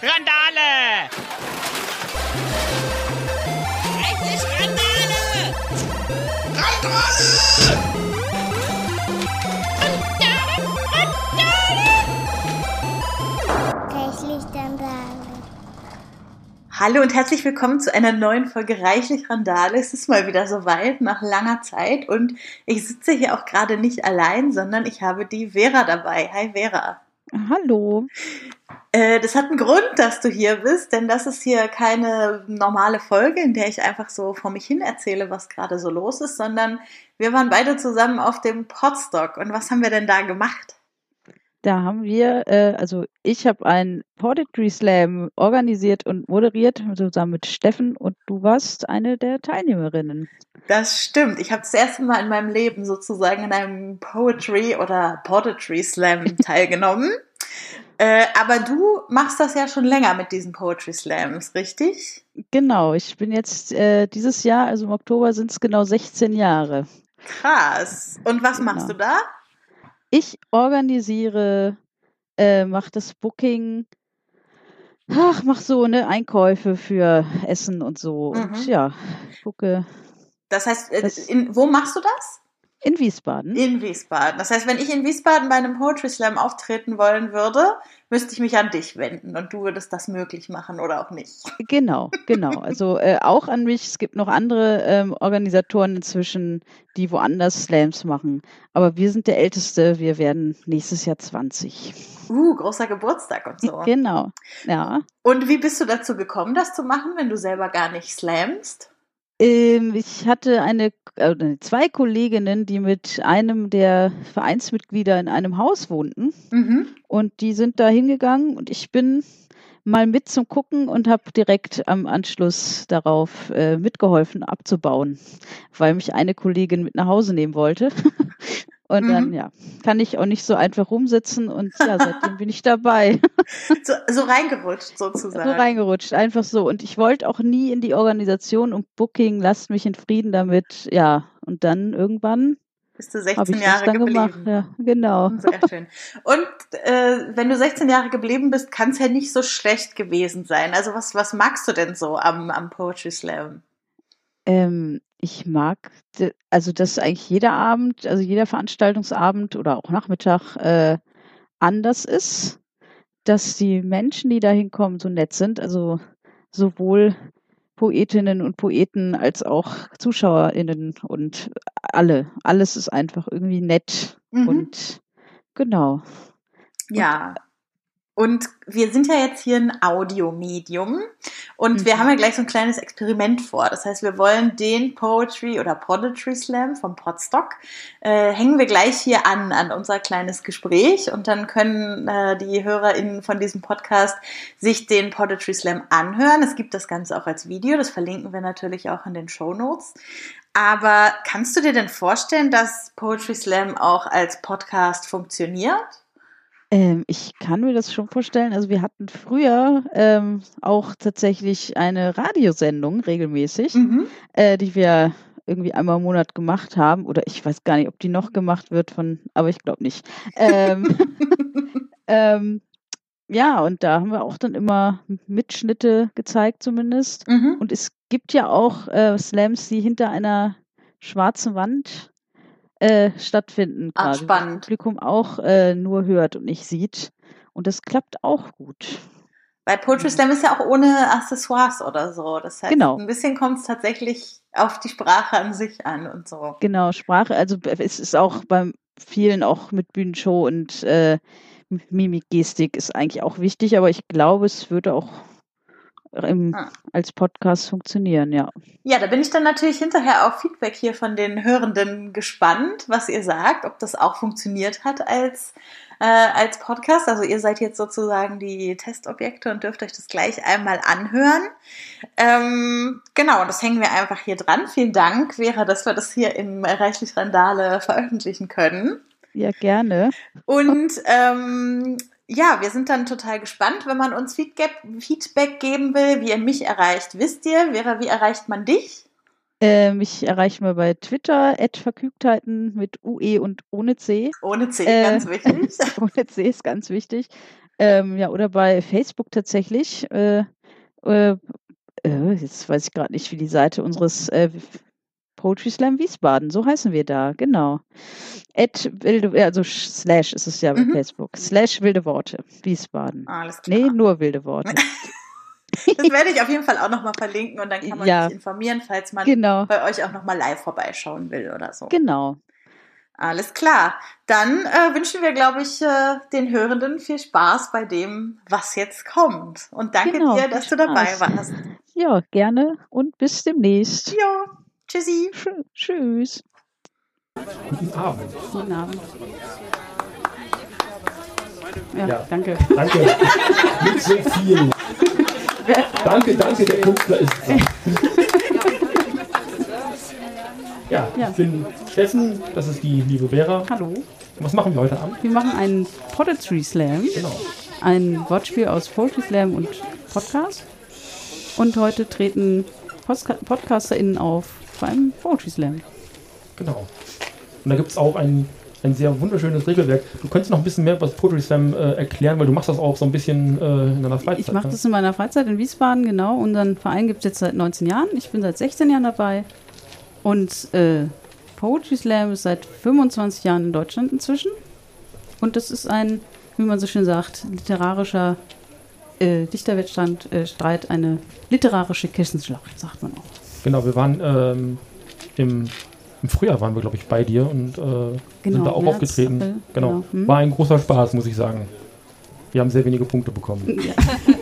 Randale! Reichlich Randale! Reichlich Randale. Hallo und herzlich willkommen zu einer neuen Folge Reichlich Randale. Es ist mal wieder soweit, nach langer Zeit, und ich sitze hier auch gerade nicht allein, sondern ich habe die Vera dabei. Hi Vera. Hallo. Das hat einen Grund, dass du hier bist, denn das ist hier keine normale Folge, in der ich einfach so vor mich hin erzähle, was gerade so los ist, sondern wir waren beide zusammen auf dem Podstock. Und was haben wir denn da gemacht? Da haben wir, ich habe einen Poetry Slam organisiert und moderiert, zusammen mit Steffen, und du warst eine der Teilnehmerinnen. Das stimmt. Ich habe das erste Mal in meinem Leben sozusagen in einem Poetry oder Poetry Slam teilgenommen. Aber du machst das ja schon länger mit diesen Poetry Slams, richtig? Genau, ich bin jetzt dieses Jahr, also im Oktober sind es genau 16 Jahre. Krass. Und was machst du da? Ich organisiere, mache das Booking, mache so Einkäufe für Essen und so. Und ja, booke. Das heißt, wo machst du das? In Wiesbaden. In Wiesbaden. Das heißt, wenn ich in Wiesbaden bei einem Poetry Slam auftreten wollen würde, müsste ich mich an dich wenden und du würdest das möglich machen oder auch nicht. Genau. Also auch an mich. Es gibt noch andere Organisatoren inzwischen, die woanders Slams machen. Aber wir sind der Älteste. Wir werden nächstes Jahr 20. Großer Geburtstag und so. Genau, ja. Und wie bist du dazu gekommen, das zu machen, wenn du selber gar nicht slamst? Ich hatte zwei Kolleginnen, die mit einem der Vereinsmitglieder in einem Haus wohnten. Und die sind da hingegangen und ich bin mal mit zum Gucken und habe direkt am Anschluss darauf mitgeholfen abzubauen, weil mich eine Kollegin mit nach Hause nehmen wollte. Und dann, kann ich auch nicht so einfach rumsitzen, und ja, seitdem bin ich dabei. So reingerutscht sozusagen. So reingerutscht, einfach so. Und ich wollte auch nie in die Organisation und Booking, lasst mich in Frieden damit. Ja, und dann irgendwann bist du 16 Jahre geblieben. Gemacht. Ja, genau. Sehr schön. Und wenn du 16 Jahre geblieben bist, kann es ja nicht so schlecht gewesen sein. Also was magst du denn so am Poetry Slam? Ich mag, dass eigentlich jeder Abend, also jeder Veranstaltungsabend oder auch Nachmittag anders ist, dass die Menschen, die da hinkommen, so nett sind, also sowohl Poetinnen und Poeten als auch ZuschauerInnen und alles ist einfach irgendwie nett und genau. Ja. Und wir sind ja jetzt hier ein Audiomedium und wir haben ja gleich so ein kleines Experiment vor. Das heißt, wir wollen den Poetry oder Poetry Slam vom Podstock hängen wir gleich hier an unser kleines Gespräch, und dann können die HörerInnen von diesem Podcast sich den Poetry Slam anhören. Es gibt das Ganze auch als Video, das verlinken wir natürlich auch in den Shownotes. Aber kannst du dir denn vorstellen, dass Poetry Slam auch als Podcast funktioniert? Ich kann mir das schon vorstellen. Also wir hatten früher auch tatsächlich eine Radiosendung regelmäßig, die wir irgendwie einmal im Monat gemacht haben. Oder ich weiß gar nicht, ob die noch gemacht wird aber ich glaube nicht. Ja, und da haben wir auch dann immer Mitschnitte gezeigt zumindest. Und es gibt ja auch Slams, die hinter einer schwarzen Wand stattfinden, quasi, spannend. das Publikum auch nur hört und nicht sieht. Und das klappt auch gut. Bei Poetry Slam ist ja auch ohne Accessoires oder so. Das heißt, ein bisschen kommt es tatsächlich auf die Sprache an sich an und so. Genau, Sprache, also es ist auch bei vielen auch mit Bühnenshow und Mimik, Gestik ist eigentlich auch wichtig, aber ich glaube, es würde auch als Podcast funktionieren, ja. Ja, da bin ich dann natürlich hinterher auf Feedback hier von den Hörenden gespannt, was ihr sagt, ob das auch funktioniert hat als Podcast. Also ihr seid jetzt sozusagen die Testobjekte und dürft euch das gleich einmal anhören. Genau, das hängen wir einfach hier dran. Vielen Dank, Vera, dass wir das hier im Reichlich Randale veröffentlichen können. Ja, gerne. Und ja, wir sind dann total gespannt, wenn man uns Feedback geben will, wie ihr mich erreicht. Wisst ihr, Vera, wie erreicht man dich? Mich erreicht man bei Twitter, @Vergnügtheiten mit UE und ohne C. Ohne C, ganz wichtig. Ohne C ist ganz wichtig. Ja, oder bei Facebook tatsächlich. Jetzt weiß ich gerade nicht, wie die Seite unseres Poetry Slam Wiesbaden, so heißen wir da, genau. Also Slash ist es ja bei Facebook. / wilde Worte, Wiesbaden. Alles klar. Nee, nur wilde Worte. Das werde ich auf jeden Fall auch nochmal verlinken und dann kann man sich informieren, falls man bei euch auch nochmal live vorbeischauen will oder so. Genau. Alles klar. Dann wünschen wir, glaube ich, den Hörenden viel Spaß bei dem, was jetzt kommt. Und danke dir, dass du dabei warst. Ja, gerne und bis demnächst. Ja, tschüssi. Tschüss. Guten Abend. Guten Abend. Ja, danke. Danke. Nicht so viel. Danke, der Künstler ist dran. Ja, ich bin Steffen, das ist die liebe Vera. Hallo. Was machen wir heute Abend? Wir machen einen Poetry Slam. Genau. Ein Wortspiel aus Poetry Slam und Podcast. Und heute treten PodcasterInnen auf beim Poetry Slam. Genau. Und da gibt es auch ein sehr wunderschönes Regelwerk. Du könntest noch ein bisschen mehr über das Poetry Slam erklären, weil du machst das auch so ein bisschen in deiner Freizeit. Ich mache das in meiner Freizeit in Wiesbaden, genau. Unseren Verein gibt es jetzt seit 19 Jahren. Ich bin seit 16 Jahren dabei. Und Poetry Slam ist seit 25 Jahren in Deutschland inzwischen. Und das ist ein, wie man so schön sagt, literarischer Dichterwettstreit, eine literarische Kissenschlacht, sagt man auch. Genau, wir waren im Frühjahr waren wir, glaube ich, bei dir und sind da auch März, aufgetreten. April, genau. War ein großer Spaß, muss ich sagen. Wir haben sehr wenige Punkte bekommen. Ja.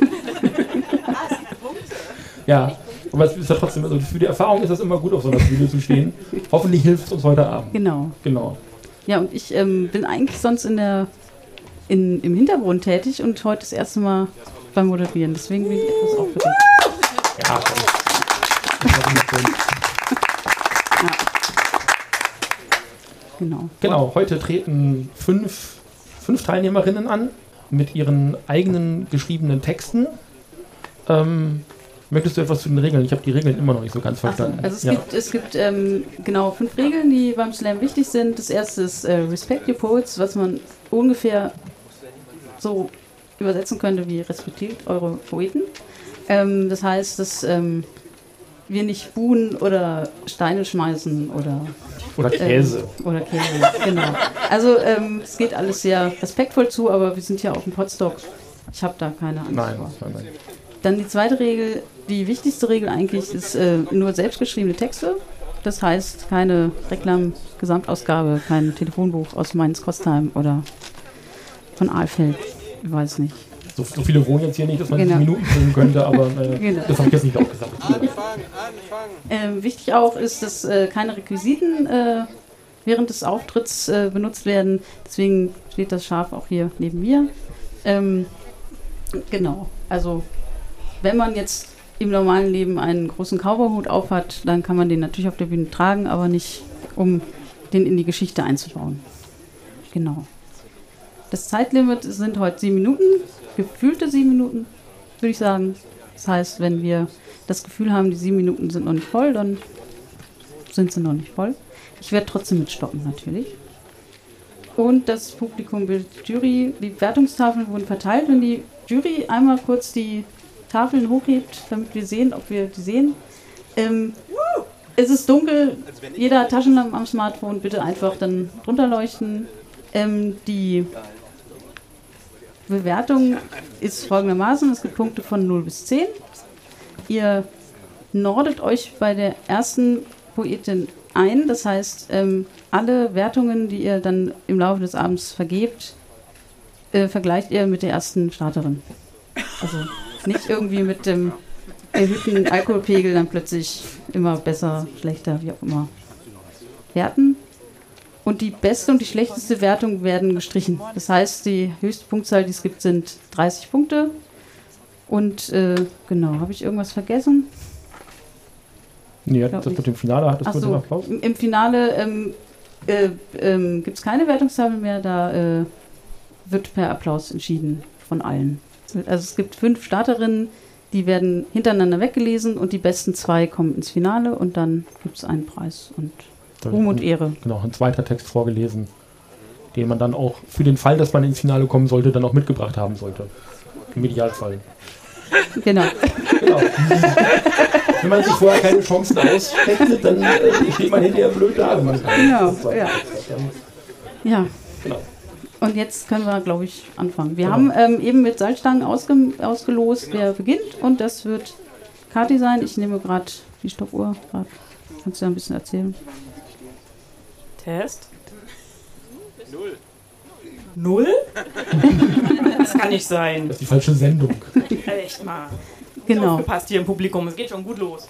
Ja, aber es ist ja trotzdem, also für die Erfahrung ist das immer gut, auf so einer Bühne zu stehen. Hoffentlich hilft es uns heute Abend. Genau. Ja, und ich bin eigentlich sonst im Hintergrund tätig und heute das erste Mal beim Moderieren. Deswegen bin ich etwas aufgeregt. Ja, Genau, heute treten fünf Teilnehmerinnen an mit ihren eigenen geschriebenen Texten. Möchtest du etwas zu den Regeln? Ich habe die Regeln immer noch nicht so ganz verstanden. Es gibt 5 Regeln, die beim Slam wichtig sind. Das erste ist Respect Your Poets, was man ungefähr so übersetzen könnte wie respektiert eure Poeten. Das heißt, dass wir nicht buhen oder Steine schmeißen oder Käse. Genau. Also es geht alles sehr respektvoll zu, aber wir sind ja auf dem Podstock. Ich habe da keine Angst vor. Nein. Dann die zweite Regel, die wichtigste Regel eigentlich, ist nur selbstgeschriebene Texte. Das heißt, keine Reklam-Gesamtausgabe, kein Telefonbuch aus Mainz-Kostheim oder von Ahlfeld. Ich weiß nicht. So viele wohnen jetzt hier nicht, dass man 10 Minuten filmen könnte, aber das habe ich jetzt nicht auch gesagt. Wichtig auch ist, dass keine Requisiten während des Auftritts benutzt werden. Deswegen steht das Schaf auch hier neben mir. Genau, also wenn man jetzt im normalen Leben einen großen Cowboy-Hut aufhat, dann kann man den natürlich auf der Bühne tragen, aber nicht, um den in die Geschichte einzubauen. Genau. Das Zeitlimit sind heute 7 Minuten, gefühlte 7 Minuten, würde ich sagen. Das heißt, wenn wir das Gefühl haben, die 7 Minuten sind noch nicht voll, dann sind sie noch nicht voll. Ich werde trotzdem mitstoppen, natürlich. Und das Publikum bildet die Jury. Die Wertungstafeln wurden verteilt. Wenn die Jury einmal kurz die Tafeln hochhebt, damit wir sehen, ob wir die sehen. Es ist dunkel, jeder hat Taschenlampen am Smartphone, bitte einfach dann drunter leuchten. Die Bewertung ist folgendermaßen, es gibt Punkte von 0 bis 10. Ihr nordet euch bei der ersten Poetin ein, das heißt, alle Wertungen, die ihr dann im Laufe des Abends vergebt, vergleicht ihr mit der ersten Starterin. Also nicht irgendwie mit dem erhöhten Alkoholpegel dann plötzlich immer besser, schlechter, wie auch immer werten. Und die beste und die schlechteste Wertung werden gestrichen. Das heißt, die höchste Punktzahl, die es gibt, sind 30 Punkte. Und genau, habe ich irgendwas vergessen? Nee, das mit dem Finale hat es so, Applaus. Im Finale gibt es keine Wertungstafel mehr, da wird per Applaus entschieden von allen. Also es gibt 5 Starterinnen, die werden hintereinander weggelesen und die besten 2 kommen ins Finale und dann gibt es einen Preis und Ruhm und Ehre. Genau, ein zweiter Text vorgelesen den man dann auch für den Fall, dass man ins Finale kommen sollte, dann auch mitgebracht haben sollte. Im Idealfall. Genau. Wenn man sich vorher keine Chancen ausrechnet, dann steht man hinterher blöd da. Genau, ja. Ja. Genau. Und jetzt können wir, glaube ich, anfangen. Wir haben eben mit Salzstangen ausgelost, wer beginnt. Und das wird Kathi sein. Ich nehme gerade die Stoppuhr. Kannst du ja ein bisschen erzählen? Test. 0? Das kann nicht sein. Das ist die falsche Sendung. Echt mal. Genau. Aufgepasst hier im Publikum, es geht schon gut los.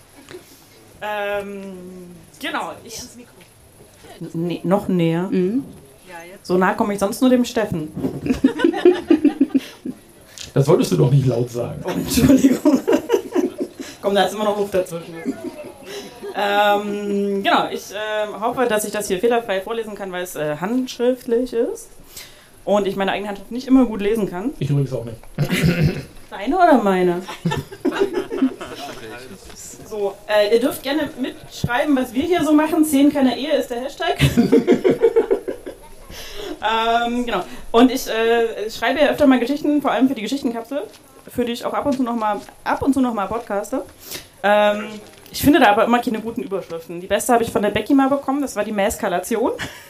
Genau. Noch näher. Mhm. So nah komme ich sonst nur dem Steffen. Das solltest du doch nicht laut sagen. Oh, Entschuldigung. Komm, da ist immer noch Luft dazwischen. Genau, ich hoffe, dass ich das hier fehlerfrei vorlesen kann, weil es handschriftlich ist. Und ich meine eigene Handschrift nicht immer gut lesen kann. Ich übrigens auch nicht. Deine oder meine? So, ihr dürft gerne mitschreiben, was wir hier so machen. 10 keiner Ehe ist der Hashtag. Genau. Und ich schreibe ja öfter mal Geschichten, vor allem für die Geschichtenkapsel, für die ich auch ab und zu noch mal podcaste. Ich finde da aber immer keine guten Überschriften. Die beste habe ich von der Becky mal bekommen, das war die Mäskalation.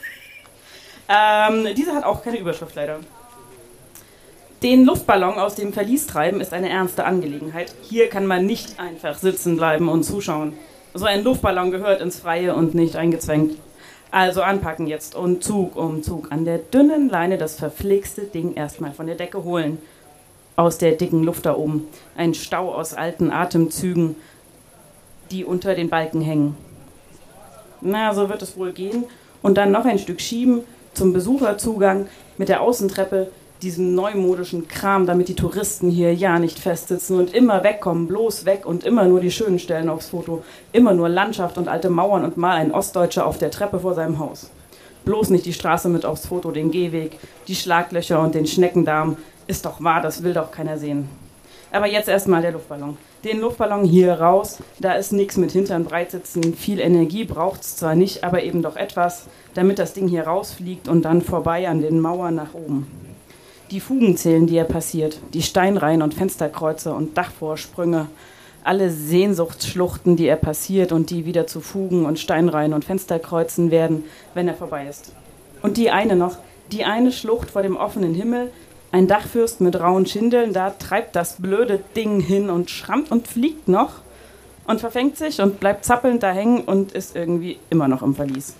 Diese hat auch keine Überschrift leider. Den Luftballon aus dem Verlies treiben ist eine ernste Angelegenheit. Hier kann man nicht einfach sitzen bleiben und zuschauen. So ein Luftballon gehört ins Freie und nicht eingezwängt. Also anpacken jetzt und Zug um Zug an der dünnen Leine das verflixte Ding erstmal von der Decke holen. Aus der dicken Luft da oben. Ein Stau aus alten Atemzügen, die unter den Balken hängen. Na, so wird es wohl gehen. Und dann noch ein Stück schieben zum Besucherzugang mit der Außentreppe, diesem neumodischen Kram, damit die Touristen hier ja nicht festsitzen und immer wegkommen, bloß weg und immer nur die schönen Stellen aufs Foto. Immer nur Landschaft und alte Mauern und mal ein Ostdeutscher auf der Treppe vor seinem Haus. Bloß nicht die Straße mit aufs Foto, den Gehweg, die Schlaglöcher und den Schneckendarm. Ist doch wahr, das will doch keiner sehen. Aber jetzt erstmal der Luftballon. Den Luftballon hier raus, da ist nichts mit Hintern breitsitzen. Viel Energie braucht's zwar nicht, aber eben doch etwas, damit das Ding hier rausfliegt und dann vorbei an den Mauern nach oben. Die Fugenzählen, die er passiert, die Steinreihen und Fensterkreuze und Dachvorsprünge, alle Sehnsuchtsschluchten, die er passiert und die wieder zu Fugen und Steinreihen und Fensterkreuzen werden, wenn er vorbei ist. Und die eine noch, die eine Schlucht vor dem offenen Himmel, ein Dachfürst mit rauen Schindeln, da treibt das blöde Ding hin und schrammt und fliegt noch und verfängt sich und bleibt zappelnd da hängen und ist irgendwie immer noch im Verlies.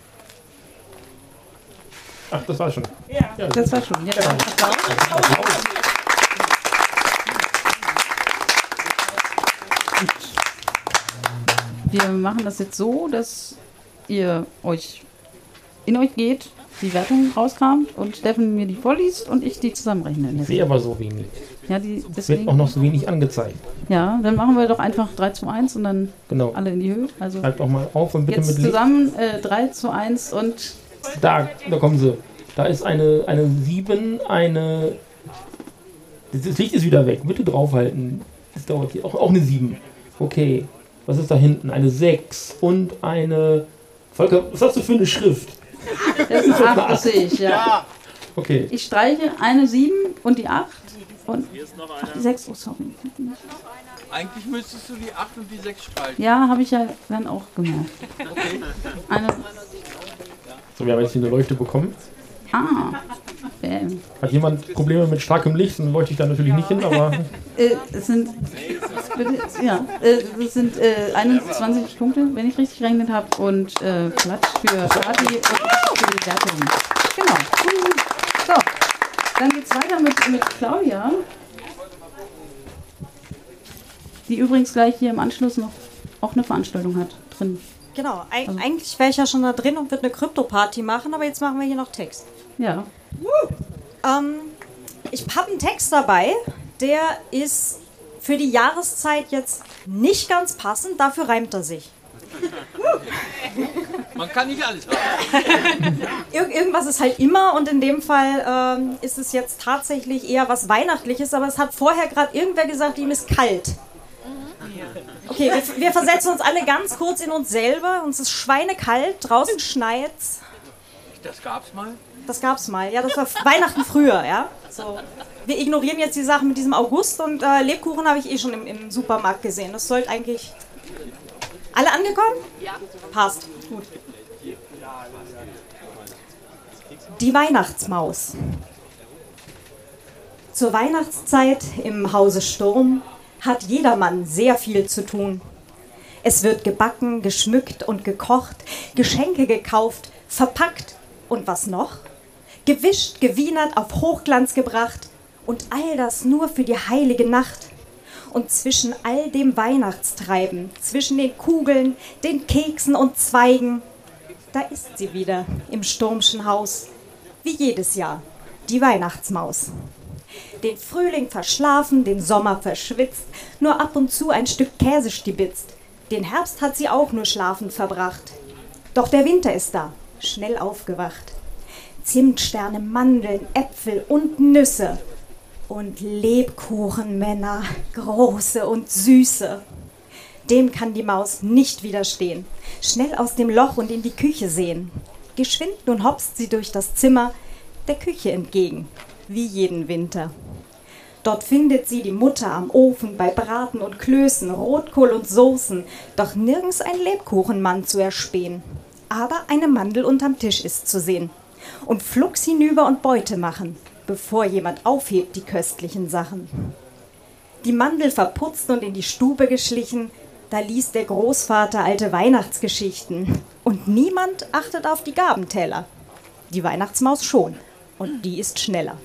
Ach, das war schon. Ja, Das war schon. Ja. Wir machen das jetzt so, dass ihr in euch geht, die Wertung rauskramt und Steffen mir die vorliest und ich die zusammenrechne. Ich sehe aber so wenig. Ja, Es wird deswegen. auch noch so wenig angezeigt. Ja, dann machen wir doch einfach 3:1 und dann Genau. alle in die Höhe. Also Schreibt auch mal auf und bitte jetzt mit Licht. zusammen 3:1 und Da kommen sie. Da ist eine 7, das Licht ist wieder weg. Bitte draufhalten. Das dauert hier. Auch eine 7. Okay. Was ist da hinten? Eine 6 und eine... Volker, was hast du für eine Schrift? das ist 8, das sehe ich, ja. Okay. Ich streiche eine 7 und die 8 und die 6. Oh, sorry. Eigentlich müsstest du die 8 und die 6 streichen. Ja, habe ich ja dann auch gemerkt. Eine, So, wir haben jetzt hier eine Leuchte bekommen. bam. Hat jemand Probleme mit starkem Licht? Dann leuchte ich da natürlich nicht hin, aber... Es sind, bitte, ja, es sind 21 Punkte, wenn ich richtig gerechnet habe, und Klatsch für Kathi und für die Wertung. Genau. So, dann geht's weiter mit Claudia, die übrigens gleich hier im Anschluss noch auch eine Veranstaltung hat drin. Genau, eigentlich wäre ich ja schon da drin und würde eine Krypto-Party machen, aber jetzt machen wir hier noch Text. Ja. Ich habe einen Text dabei, der ist für die Jahreszeit jetzt nicht ganz passend, dafür reimt er sich. Man kann nicht alles haben. Irgendwas ist halt immer, und in dem Fall ist es jetzt tatsächlich eher was Weihnachtliches, aber es hat vorher gerade irgendwer gesagt, ihm ist kalt. Okay, wir versetzen uns alle ganz kurz in uns selber. Uns ist schweinekalt, draußen schneit's. Das gab's mal. Das gab's mal. Ja, das war Weihnachten früher, ja. So. Wir ignorieren jetzt die Sache mit diesem August und Lebkuchen habe ich eh schon im Supermarkt gesehen. Das sollte eigentlich... Alle angekommen? Ja. Passt. Gut. Die Weihnachtsmaus. Zur Weihnachtszeit im Hause Sturm hat jedermann sehr viel zu tun. Es wird gebacken, geschmückt und gekocht, Geschenke gekauft, verpackt und was noch? Gewischt, gewienert, auf Hochglanz gebracht und all das nur für die heilige Nacht. Und zwischen all dem Weihnachtstreiben, zwischen den Kugeln, den Keksen und Zweigen, da ist sie wieder im Sturmschen Haus, wie jedes Jahr, die Weihnachtsmaus. Den Frühling verschlafen, den Sommer verschwitzt, nur ab und zu ein Stück Käse stibitzt. Den Herbst hat sie auch nur schlafend verbracht. Doch der Winter ist da, schnell aufgewacht. Zimtsterne, Mandeln, Äpfel und Nüsse. Und Lebkuchenmänner, große und süße. Dem kann die Maus nicht widerstehen. Schnell aus dem Loch und in die Küche sehen. Geschwind nun hopst sie durch das Zimmer der Küche entgegen, wie jeden Winter. Dort findet sie die Mutter am Ofen bei Braten und Klößen, Rotkohl und Soßen, doch nirgends ein Lebkuchenmann zu erspähen. Aber eine Mandel unterm Tisch ist zu sehen. Und flugs hinüber und Beute machen, bevor jemand aufhebt die köstlichen Sachen. Die Mandel verputzt und in die Stube geschlichen, da liest der Großvater alte Weihnachtsgeschichten. Und niemand achtet auf die Gabenteller. Die Weihnachtsmaus schon, und die ist schneller.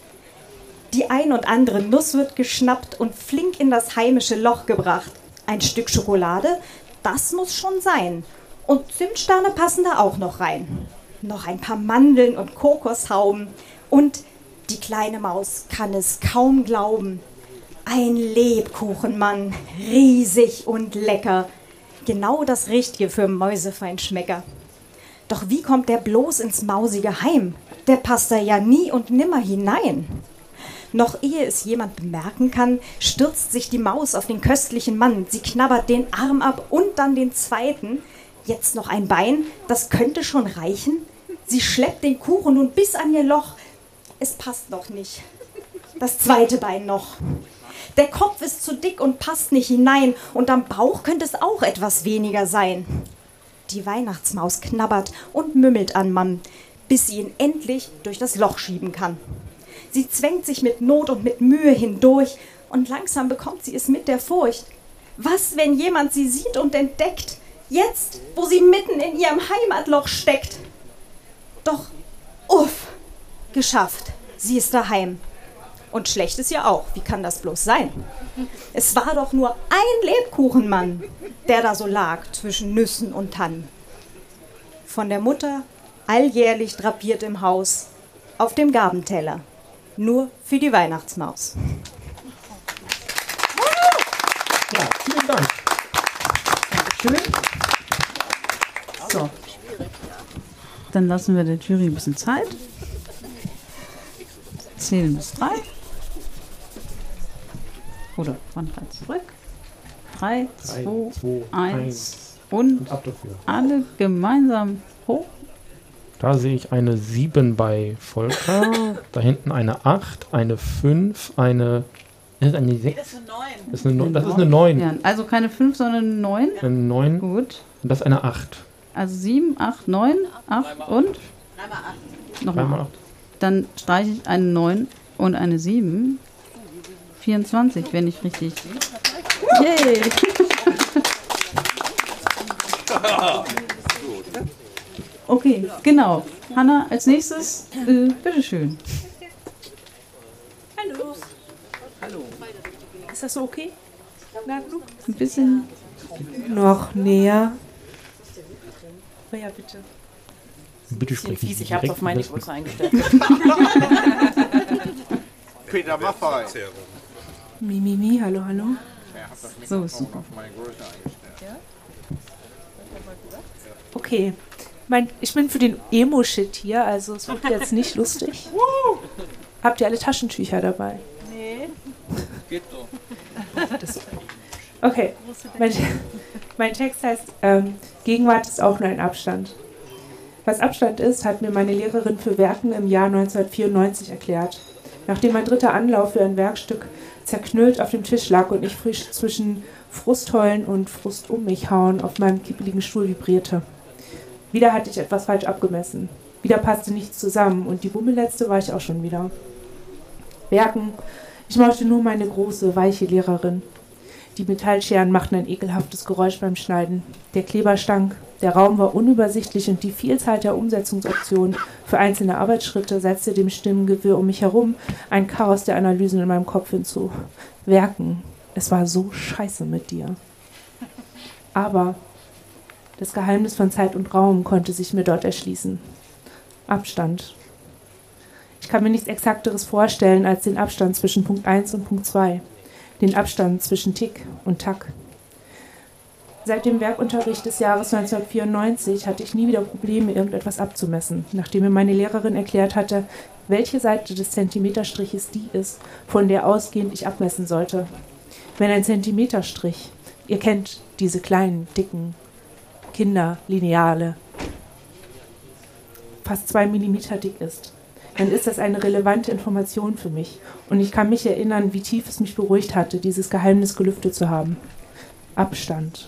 Die ein und andere Nuss wird geschnappt und flink in das heimische Loch gebracht. Ein Stück Schokolade, das muss schon sein. Und Zimtsterne passen da auch noch rein. Noch ein paar Mandeln und Kokoshauben. Und die kleine Maus kann es kaum glauben. Ein Lebkuchenmann, riesig und lecker. Genau das Richtige für Mäusefeinschmecker. Doch wie kommt der bloß ins mausige Heim? Der passt da ja nie und nimmer hinein. Noch ehe es jemand bemerken kann, stürzt sich die Maus auf den köstlichen Mann. Sie knabbert den Arm ab und dann den zweiten. Jetzt noch ein Bein, das könnte schon reichen. Sie schleppt den Kuchen nun bis an ihr Loch. Es passt noch nicht. Das zweite Bein noch. Der Kopf ist zu dick und passt nicht hinein. Und am Bauch könnte es auch etwas weniger sein. Die Weihnachtsmaus knabbert und mümmelt an Mann, bis sie ihn endlich durch das Loch schieben kann. Sie zwängt sich mit Not und mit Mühe hindurch und langsam bekommt sie es mit der Furcht. Was, wenn jemand sie sieht und entdeckt, jetzt, wo sie mitten in ihrem Heimatloch steckt? Doch, uff, geschafft, sie ist daheim. Und schlecht ist ja auch, wie kann das bloß sein? Es war doch nur ein Lebkuchenmann, der da so lag zwischen Nüssen und Tannen. Von der Mutter alljährlich drapiert im Haus, auf dem Gabenteller, nur für die Weihnachtsmaus. Ja, vielen Dank. Dankeschön. So. Dann lassen wir der Jury ein bisschen Zeit. Zählen bis 3. Oder wann 3 zurück? 3, 2, 1 und ab dafür. Alle gemeinsam hoch. Da sehe ich eine 7 bei Volker. Da hinten eine 8, eine 5, eine. Ist das eine 6? Das ist eine 9. Das ist eine 9. Ja, also keine 5, sondern eine 9. Eine 9. Gut. Und das ist eine 8. Also 7, 8, 9, 8 und? Nochmal 8. Dann streiche ich eine 9 und eine 7. 24, wenn ich richtig. Yay! Okay, genau. Hanna, als nächstes, bitteschön. Hallo. Hallo. Ist das so okay? Na, gut. Ein bisschen. Noch näher. Oh ja, bitte. Bitte sprechen fies, ich hab's auf meine Größe eingestellt. Peter Maffay. Mi, hallo, hallo. So, super. Okay. Ich bin für den Emo-Shit hier, also es wird jetzt nicht lustig. Habt ihr alle Taschentücher dabei? Nee. Geht so. Okay. Mein Text heißt, Gegenwart ist auch nur ein Abstand. Was Abstand ist, hat mir meine Lehrerin für Werken im Jahr 1994 erklärt. Nachdem mein dritter Anlauf für ein Werkstück zerknüllt auf dem Tisch lag und ich frisch zwischen Frustheulen und Frust um mich hauen auf meinem kippeligen Stuhl vibrierte. Wieder hatte ich etwas falsch abgemessen. Wieder passte nichts zusammen und die Bummelletzte war ich auch schon wieder. Werken, ich mochte nur meine große, weiche Lehrerin. Die Metallscheren machten ein ekelhaftes Geräusch beim Schneiden. Der Kleber stank, der Raum war unübersichtlich und die Vielzahl der Umsetzungsoptionen für einzelne Arbeitsschritte setzte dem Stimmengewirr um mich herum ein Chaos der Analysen in meinem Kopf hinzu. Werken, es war so scheiße mit dir. Aber das Geheimnis von Zeit und Raum konnte sich mir dort erschließen. Abstand. Ich kann mir nichts Exakteres vorstellen als den Abstand zwischen Punkt 1 und Punkt 2. Den Abstand zwischen Tick und Tack. Seit dem Werkunterricht des Jahres 1994 hatte ich nie wieder Probleme, irgendetwas abzumessen, nachdem mir meine Lehrerin erklärt hatte, welche Seite des Zentimeterstriches die ist, von der ausgehend ich abmessen sollte. Wenn ein Zentimeterstrich, ihr kennt diese kleinen, dicken Kinderlineale, fast 2 Millimeter dick ist, dann ist das eine relevante Information für mich. Und ich kann mich erinnern, wie tief es mich beruhigt hatte, dieses Geheimnis gelüftet zu haben. Abstand.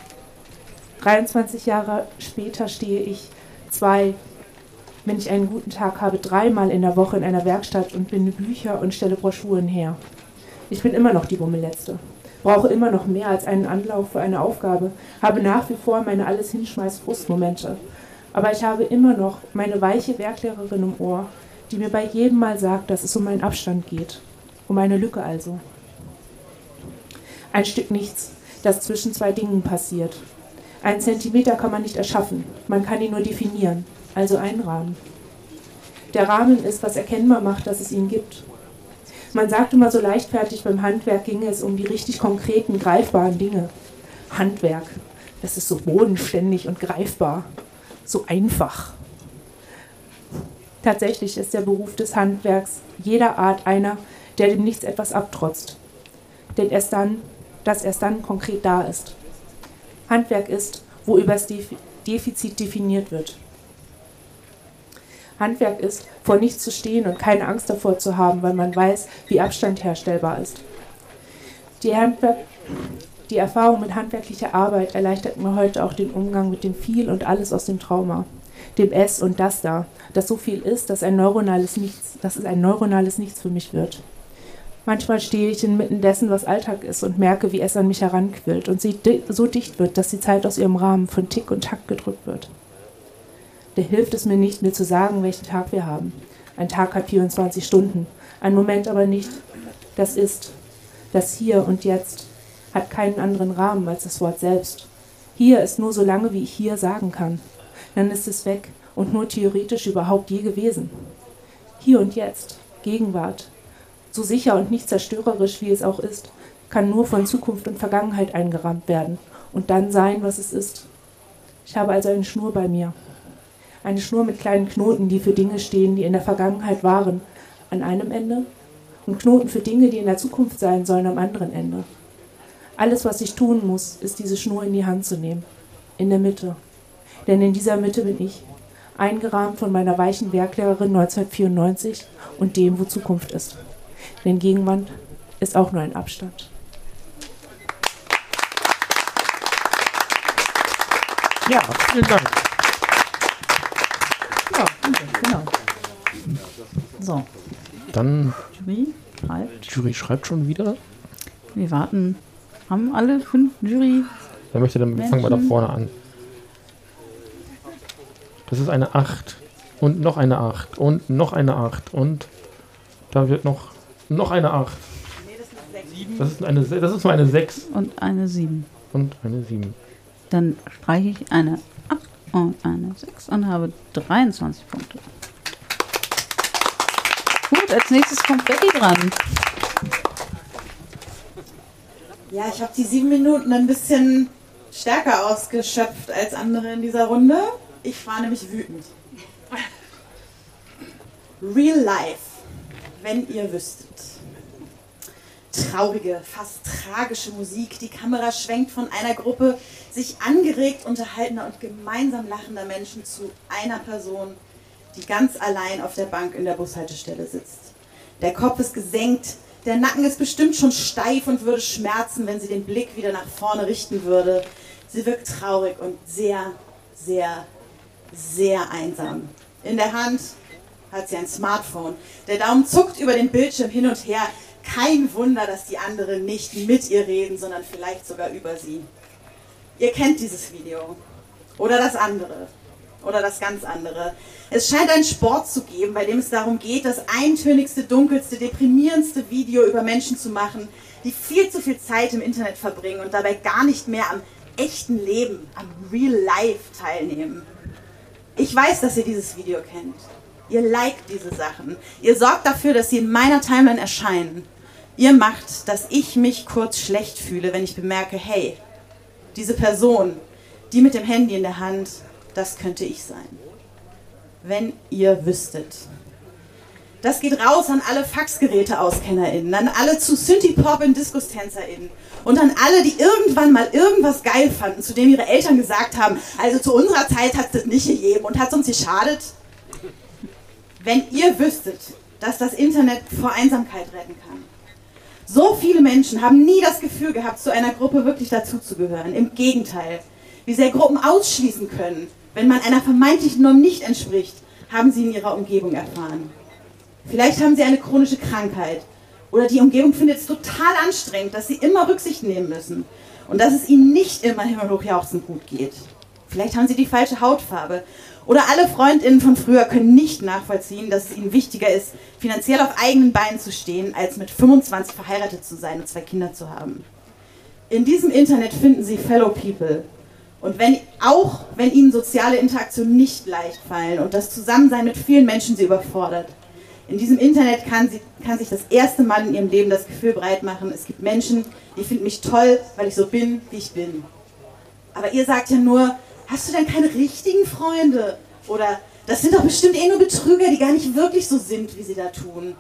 23 Jahre später stehe ich wenn ich einen guten Tag habe, 3-mal in der Woche in einer Werkstatt und binde Bücher und stelle Broschüren her. Ich bin immer noch die Bummelletzte. Brauche immer noch mehr als einen Anlauf für eine Aufgabe, habe nach wie vor meine Alles-Hinschmeiß-Frustmomente. Aber ich habe immer noch meine weiche Werklehrerin im Ohr, die mir bei jedem Mal sagt, dass es um einen Abstand geht. Um eine Lücke also. Ein Stück Nichts, das zwischen zwei Dingen passiert. Einen Zentimeter kann man nicht erschaffen, man kann ihn nur definieren, also einrahmen. Der Rahmen ist, was erkennbar macht, dass es ihn gibt. Man sagt immer so leichtfertig, beim Handwerk ginge es um die richtig konkreten, greifbaren Dinge. Handwerk, das ist so bodenständig und greifbar, so einfach. Tatsächlich ist der Beruf des Handwerks jeder Art einer, der dem Nichts etwas abtrotzt. Denn erst dann konkret da ist. Handwerk ist, wo über das Defizit definiert wird. Handwerk ist, vor nichts zu stehen und keine Angst davor zu haben, weil man weiß, wie Abstand herstellbar ist. Die Erfahrung mit handwerklicher Arbeit erleichtert mir heute auch den Umgang mit dem Viel und alles aus dem Trauma. Dem Es und das da, das so viel ist, dass es ein neuronales Nichts für mich wird. Manchmal stehe ich inmitten dessen, was Alltag ist, und merke, wie es an mich heranquillt und sie so dicht wird, dass die Zeit aus ihrem Rahmen von Tick und Tack gedrückt wird. Da hilft es mir nicht, mir zu sagen, welchen Tag wir haben. Ein Tag hat 24 Stunden, ein Moment aber nicht. Das ist, das Hier und Jetzt hat keinen anderen Rahmen als das Wort selbst. Hier ist nur so lange, wie ich hier sagen kann. Dann ist es weg und nur theoretisch überhaupt je gewesen. Hier und Jetzt, Gegenwart, so sicher und nicht zerstörerisch, wie es auch ist, kann nur von Zukunft und Vergangenheit eingerahmt werden und dann sein, was es ist. Ich habe also eine Schnur bei mir. Eine Schnur mit kleinen Knoten, die für Dinge stehen, die in der Vergangenheit waren, an einem Ende, und Knoten für Dinge, die in der Zukunft sein sollen, am anderen Ende. Alles, was ich tun muss, ist, diese Schnur in die Hand zu nehmen, in der Mitte. Denn in dieser Mitte bin ich, eingerahmt von meiner weichen Werklehrerin 1994 und dem, wo Zukunft ist. Denn Gegenwart ist auch nur ein Abstand. Ja, vielen Dank. Ja, genau. So. Dann Jury schreibt schon wieder. Wir warten. Haben alle 5 Jury? Wer möchte dann? Fangen wir da vorne an. Das ist eine 8. Und noch eine 8. Und noch eine 8. Und da wird noch eine 8. Das ist nur eine 6. Und eine 7. Und eine 7. Dann streiche ich eine 8 und eine 6 und habe 23 Punkte. Gut, als nächstes kommt Betty dran. Ja, ich habe die 7 Minuten ein bisschen stärker ausgeschöpft als andere in dieser Runde. Ich war nämlich wütend. Real life, wenn ihr wüsstet. Traurige, fast tragische Musik. Die Kamera schwenkt von einer Gruppe sich angeregt unterhaltender und gemeinsam lachender Menschen zu einer Person, die ganz allein auf der Bank in der Bushaltestelle sitzt. Der Kopf ist gesenkt, der Nacken ist bestimmt schon steif und würde schmerzen, wenn sie den Blick wieder nach vorne richten würde. Sie wirkt traurig und sehr, sehr, sehr einsam. In der Hand hat sie ein Smartphone. Der Daumen zuckt über den Bildschirm hin und her. Kein Wunder, dass die anderen nicht mit ihr reden, sondern vielleicht sogar über sie. Ihr kennt dieses Video. Oder das andere. Oder das ganz andere. Es scheint einen Sport zu geben, bei dem es darum geht, das eintönigste, dunkelste, deprimierendste Video über Menschen zu machen, die viel zu viel Zeit im Internet verbringen und dabei gar nicht mehr am echten Leben, am Real Life teilnehmen. Ich weiß, dass ihr dieses Video kennt. Ihr liked diese Sachen. Ihr sorgt dafür, dass sie in meiner Timeline erscheinen. Ihr macht, dass ich mich kurz schlecht fühle, wenn ich bemerke, hey, diese Person, die mit dem Handy in der Hand, das könnte ich sein. Wenn ihr wüsstet. Das geht raus an alle Faxgeräte-AuskennerInnen, an alle zu Synthie-Pop- und Disco-TänzerInnen und an alle, die irgendwann mal irgendwas geil fanden, zu dem ihre Eltern gesagt haben, also zu unserer Zeit hat es das nicht gegeben und hat es uns geschadet. Wenn ihr wüsstet, dass das Internet vor Einsamkeit retten kann. So viele Menschen haben nie das Gefühl gehabt, zu einer Gruppe wirklich dazuzugehören. Im Gegenteil, wie sehr Gruppen ausschließen können, wenn man einer vermeintlichen Norm nicht entspricht, haben sie in ihrer Umgebung erfahren. Vielleicht haben sie eine chronische Krankheit oder die Umgebung findet es total anstrengend, dass sie immer Rücksicht nehmen müssen und dass es ihnen nicht immer himmelhoch jauchzend gut geht. Vielleicht haben sie die falsche Hautfarbe oder alle FreundInnen von früher können nicht nachvollziehen, dass es ihnen wichtiger ist, finanziell auf eigenen Beinen zu stehen, als mit 25 verheiratet zu sein und 2 Kinder zu haben. In diesem Internet finden sie Fellow People. Und wenn ihnen soziale Interaktionen nicht leicht fallen und das Zusammensein mit vielen Menschen sie überfordert, in diesem Internet kann sich das erste Mal in ihrem Leben das Gefühl breit machen, es gibt Menschen, die finden mich toll, weil ich so bin, wie ich bin. Aber ihr sagt ja nur, hast du denn keine richtigen Freunde? Oder, das sind doch bestimmt nur Betrüger, die gar nicht wirklich so sind, wie sie da tun.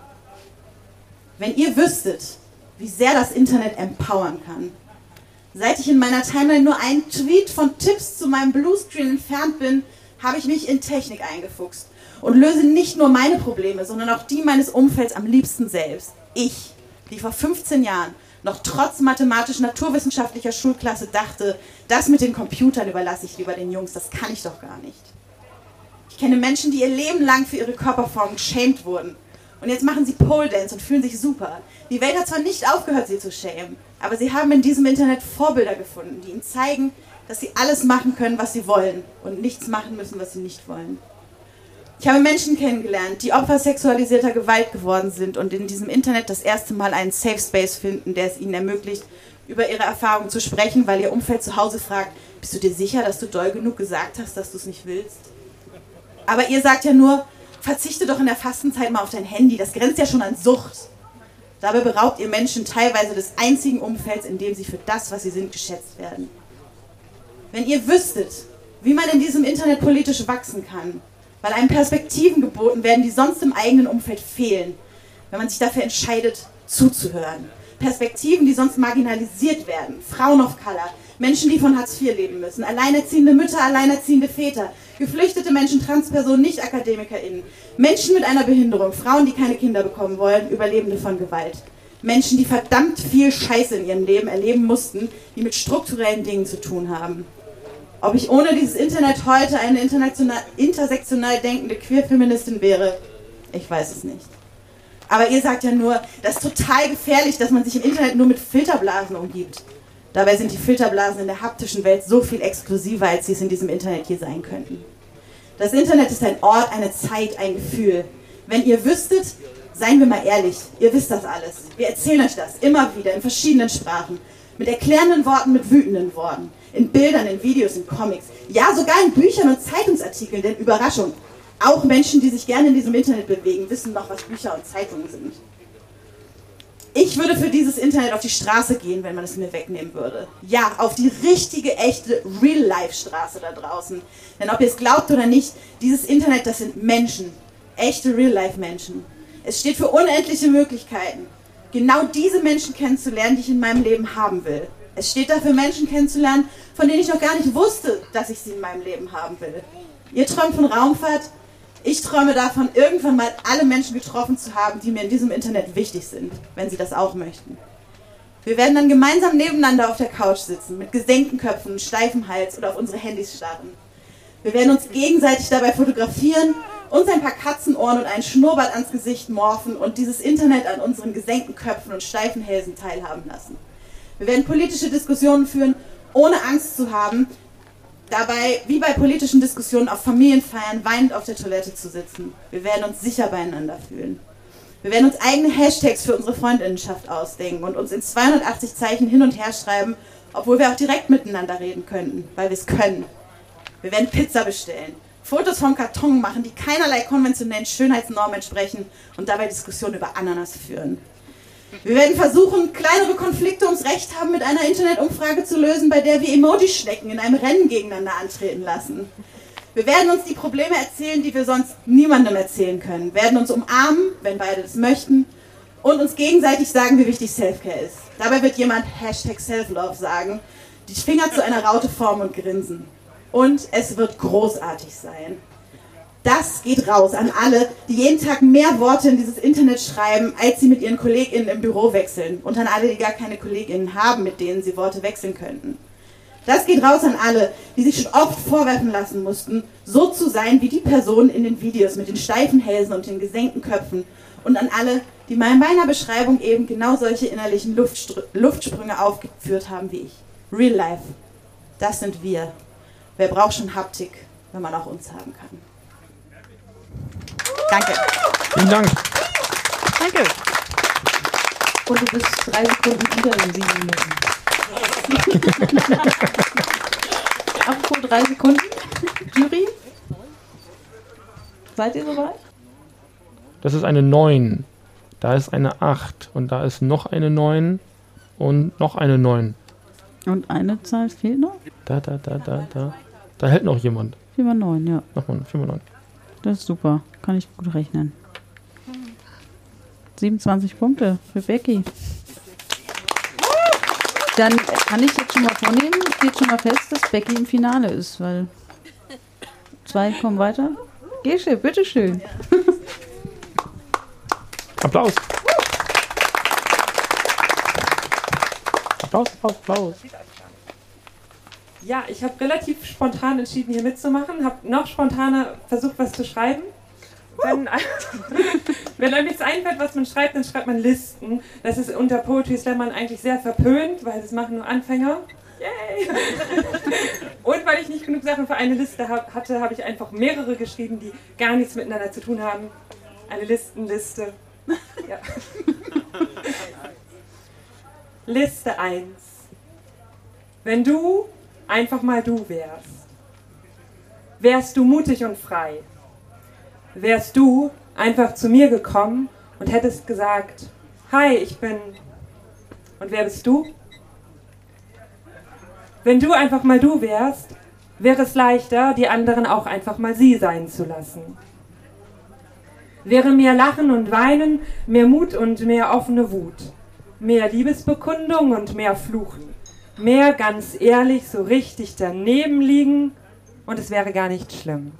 Wenn ihr wüsstet, wie sehr das Internet empowern kann. Seit ich in meiner Timeline nur einen Tweet von Tipps zu meinem Bluescreen entfernt bin, habe ich mich in Technik eingefuchst und löse nicht nur meine Probleme, sondern auch die meines Umfelds am liebsten selbst. Ich, die vor 15 Jahren noch trotz mathematisch-naturwissenschaftlicher Schulklasse dachte, das mit den Computern überlasse ich lieber den Jungs, das kann ich doch gar nicht. Ich kenne Menschen, die ihr Leben lang für ihre Körperform geschämt wurden. Und jetzt machen sie Pole Dance und fühlen sich super. Die Welt hat zwar nicht aufgehört, sie zu schämen, aber sie haben in diesem Internet Vorbilder gefunden, die ihnen zeigen, dass sie alles machen können, was sie wollen und nichts machen müssen, was sie nicht wollen. Ich habe Menschen kennengelernt, die Opfer sexualisierter Gewalt geworden sind und in diesem Internet das erste Mal einen Safe Space finden, der es ihnen ermöglicht, über ihre Erfahrungen zu sprechen, weil ihr Umfeld zu Hause fragt, bist du dir sicher, dass du doll genug gesagt hast, dass du es nicht willst? Aber ihr sagt ja nur, verzichte doch in der Fastenzeit mal auf dein Handy, das grenzt ja schon an Sucht. Dabei beraubt ihr Menschen teilweise des einzigen Umfelds, in dem sie für das, was sie sind, geschätzt werden. Wenn ihr wüsstet, wie man in diesem Internet politisch wachsen kann, weil einem Perspektiven geboten werden, die sonst im eigenen Umfeld fehlen, wenn man sich dafür entscheidet, zuzuhören. Perspektiven, die sonst marginalisiert werden. Frauen of Color, Menschen, die von Hartz IV leben müssen, alleinerziehende Mütter, alleinerziehende Väter, geflüchtete Menschen, Transpersonen, Nicht-AkademikerInnen, Menschen mit einer Behinderung, Frauen, die keine Kinder bekommen wollen, Überlebende von Gewalt. Menschen, die verdammt viel Scheiße in ihrem Leben erleben mussten, die mit strukturellen Dingen zu tun haben. Ob ich ohne dieses Internet heute eine intersektional denkende Queer-Feministin wäre, ich weiß es nicht. Aber ihr sagt ja nur, das ist total gefährlich, dass man sich im Internet nur mit Filterblasen umgibt. Dabei sind die Filterblasen in der haptischen Welt so viel exklusiver, als sie es in diesem Internet hier sein könnten. Das Internet ist ein Ort, eine Zeit, ein Gefühl. Wenn ihr wüsstet, seien wir mal ehrlich, ihr wisst das alles. Wir erzählen euch das immer wieder in verschiedenen Sprachen. Mit erklärenden Worten, mit wütenden Worten. In Bildern, in Videos, in Comics. Ja, sogar in Büchern und Zeitungsartikeln, denn Überraschung. Auch Menschen, die sich gerne in diesem Internet bewegen, wissen noch, was Bücher und Zeitungen sind. Ich würde für dieses Internet auf die Straße gehen, wenn man es mir wegnehmen würde. Ja, auf die richtige, echte, Real-Life-Straße da draußen. Denn ob ihr es glaubt oder nicht, dieses Internet, das sind Menschen. Echte Real-Life-Menschen. Es steht für unendliche Möglichkeiten. genau diese Menschen kennenzulernen, die ich in meinem Leben haben will. Es steht dafür, Menschen kennenzulernen, von denen ich noch gar nicht wusste, dass ich sie in meinem Leben haben will. Ihr träumt von Raumfahrt, ich träume davon, irgendwann mal alle Menschen getroffen zu haben, die mir in diesem Internet wichtig sind, wenn sie das auch möchten. Wir werden dann gemeinsam nebeneinander auf der Couch sitzen, mit gesenkten Köpfen, steifem Hals oder auf unsere Handys starren. Wir werden uns gegenseitig dabei fotografieren, uns ein paar Katzenohren und einen Schnurrbart ans Gesicht morphen und dieses Internet an unseren gesenkten Köpfen und steifen Hälsen teilhaben lassen. Wir werden politische Diskussionen führen, ohne Angst zu haben, dabei, wie bei politischen Diskussionen auf Familienfeiern, weinend auf der Toilette zu sitzen. Wir werden uns sicher beieinander fühlen. Wir werden uns eigene Hashtags für unsere Freundinnenschaft ausdenken und uns in 280 Zeichen hin und her schreiben, obwohl wir auch direkt miteinander reden könnten, weil wir es können. Wir werden Pizza bestellen, Fotos vom Karton machen, die keinerlei konventionellen Schönheitsnormen entsprechen und dabei Diskussionen über Ananas führen. Wir werden versuchen, kleinere Konflikte ums Recht haben mit einer Internetumfrage zu lösen, bei der wir Emoji-Schnecken in einem Rennen gegeneinander antreten lassen. Wir werden uns die Probleme erzählen, die wir sonst niemandem erzählen können, werden uns umarmen, wenn beide das möchten, und uns gegenseitig sagen, wie wichtig Selfcare ist. Dabei wird jemand #Selflove sagen, die Finger zu einer Raute formen und grinsen. Und es wird großartig sein. Das geht raus an alle, die jeden Tag mehr Worte in dieses Internet schreiben, als sie mit ihren KollegInnen im Büro wechseln. Und an alle, die gar keine KollegInnen haben, mit denen sie Worte wechseln könnten. Das geht raus an alle, die sich schon oft vorwerfen lassen mussten, so zu sein wie die Personen in den Videos mit den steifen Hälsen und den gesenkten Köpfen. Und an alle, die mal in meiner Beschreibung eben genau solche innerlichen Luftsprünge aufgeführt haben wie ich. Real life. Das sind wir. Wer braucht schon Haptik, wenn man auch uns haben kann? Danke. Vielen Dank. Danke. Und du bist 3 Sekunden wieder in 7 Minuten. Apropos 3 Sekunden. Jury? Seid ihr soweit? Das ist eine 9. Da ist eine 8. Und da ist noch eine 9. Und noch eine 9. Und eine Zahl fehlt noch? Da. Da hält noch jemand. 4 mal 9, ja. Nochmal 4 mal 9. Das ist super. Kann ich gut rechnen. 27 Punkte für Becky. Dann kann ich jetzt schon mal vornehmen, steht schon mal fest, dass Becky im Finale ist, weil 2 kommen weiter. Gesche, bitteschön. Applaus. Applaus. Ja, ich habe relativ spontan entschieden, hier mitzumachen, habe noch spontaner versucht, was zu schreiben. Wenn einem nichts einfällt, was man schreibt, dann schreibt man Listen. Das ist unter Poetry Slam eigentlich sehr verpönt, weil das machen nur Anfänger. Yay! Und weil ich nicht genug Sachen für eine Liste hatte, habe ich einfach mehrere geschrieben, die gar nichts miteinander zu tun haben. Eine Listenliste. Ja. Liste 1. Wenn du einfach mal du wärst du mutig und frei. Wärst du einfach zu mir gekommen und hättest gesagt, hi, ich bin... Und wer bist du? Wenn du einfach mal du wärst, wäre es leichter, die anderen auch einfach mal sie sein zu lassen. Wäre mehr Lachen und Weinen, mehr Mut und mehr offene Wut. Mehr Liebesbekundung und mehr Fluchen. Mehr ganz ehrlich so richtig daneben liegen und es wäre gar nicht schlimm.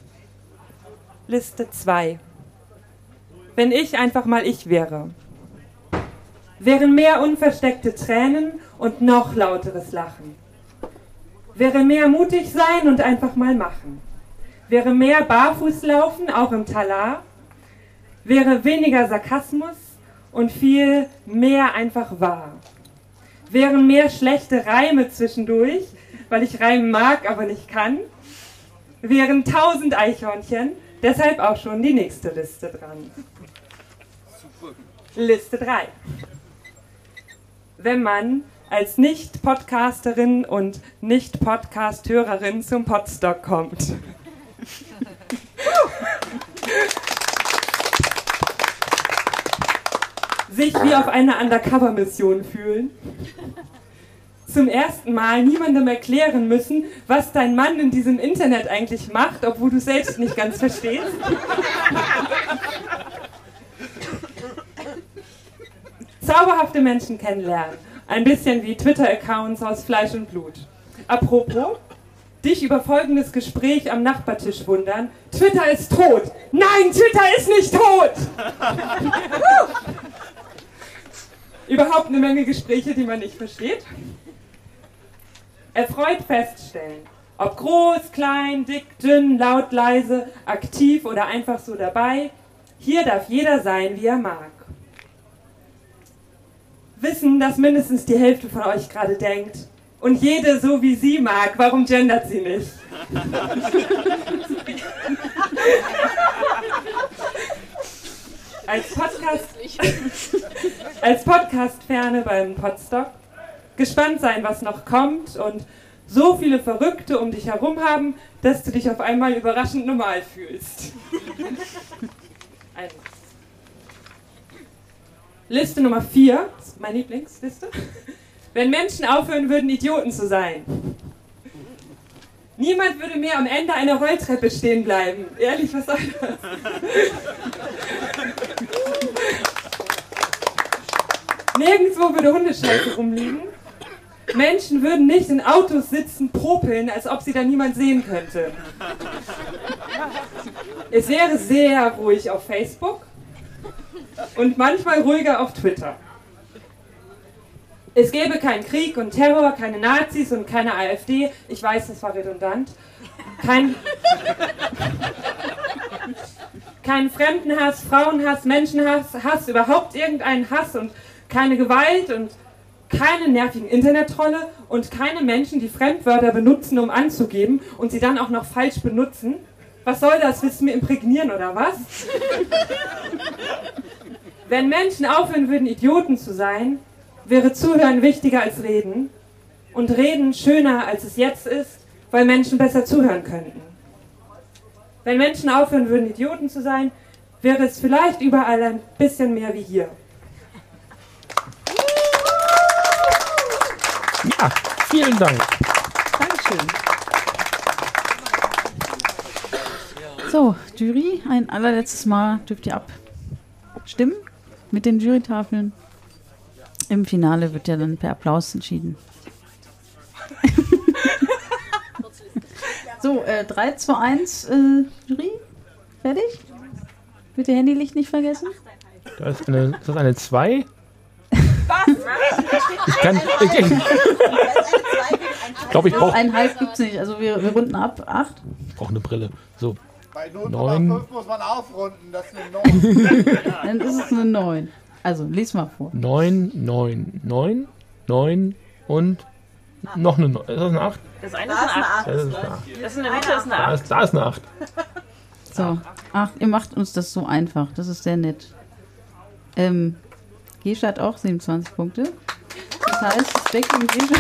Liste 2. Wenn ich einfach mal ich wäre. Wären mehr unversteckte Tränen und noch lauteres Lachen. Wäre mehr mutig sein und einfach mal machen. Wäre mehr barfuß laufen, auch im Talar. Wäre weniger Sarkasmus und viel mehr einfach wahr. Wären mehr schlechte Reime zwischendurch, weil ich reimen mag, aber nicht kann. Wären 1000 Eichhörnchen, deshalb auch schon die nächste Liste dran. Liste 3. Wenn man als Nicht-Podcasterin und Nicht-Podcast-Hörerin zum Podstock kommt. Sich wie auf einer Undercover-Mission fühlen. Zum ersten Mal niemandem erklären müssen, was dein Mann in diesem Internet eigentlich macht, obwohl du selbst nicht ganz verstehst. zauberhafte Menschen kennenlernen. Ein bisschen wie Twitter-Accounts aus Fleisch und Blut. Apropos, dich über folgendes Gespräch am Nachbartisch wundern. Twitter ist tot. Nein, Twitter ist nicht tot! Überhaupt eine Menge Gespräche, die man nicht versteht. Erfreut feststellen, ob groß, klein, dick, dünn, laut, leise, aktiv oder einfach so dabei, hier darf jeder sein, wie er mag. Wissen, dass mindestens die Hälfte von euch gerade denkt, und jede so wie sie mag, warum gendert sie nicht? Als Podcast-Ferne beim Podstock, gespannt sein, was noch kommt und so viele Verrückte um dich herum haben, dass du dich auf einmal überraschend normal fühlst. Also. Liste Nummer 4, meine Lieblingsliste. Wenn Menschen aufhören würden, Idioten zu sein. Niemand würde mehr am Ende einer Rolltreppe stehen bleiben. Ehrlich, was soll das? Nirgendwo würde Hundescheiße rumliegen. Menschen würden nicht in Autos sitzen, popeln, als ob sie da niemand sehen könnte. Es wäre sehr ruhig auf Facebook und manchmal ruhiger auf Twitter. Es gäbe keinen Krieg und Terror, keine Nazis und keine AfD. Ich weiß, das war redundant. Kein Fremdenhass, Frauenhass, Menschenhass, Hass, überhaupt irgendeinen Hass und keine Gewalt und keine nervigen Internettrolle und keine Menschen, die Fremdwörter benutzen, um anzugeben und sie dann auch noch falsch benutzen. Was soll das? Willst du mir imprägnieren oder was? Wenn Menschen aufhören würden, Idioten zu sein, wäre Zuhören wichtiger als Reden und Reden schöner, als es jetzt ist, weil Menschen besser zuhören könnten. Wenn Menschen aufhören würden, Idioten zu sein, wäre es vielleicht überall ein bisschen mehr wie hier. Ja, vielen Dank. Dankeschön. So, Jury, ein allerletztes Mal dürft ihr abstimmen mit den Jurytafeln. Im Finale wird ja dann per Applaus entschieden. So, 3, 2, 1, Jury, fertig? Bitte Handylicht nicht vergessen. Ist das eine 2? Was? Ich glaube, ich brauche... 1,5 gibt es nicht, also wir runden ab. 8. Ich brauche eine Brille. So. Bei 9. 0,5 muss man aufrunden, das ist eine 9. Dann ist es eine 9. Also, lies mal vor. 9, 9, 9, 9 und noch eine 9. Ist das eine 8? Das eine ist eine 8. Das ist eine 8. Das in der Mitte ist eine 8. Da ist eine 8. So, 8. Ihr macht uns das so einfach. Das ist sehr nett. Gesche hat auch 27 Punkte. Das heißt, Becky und Gesche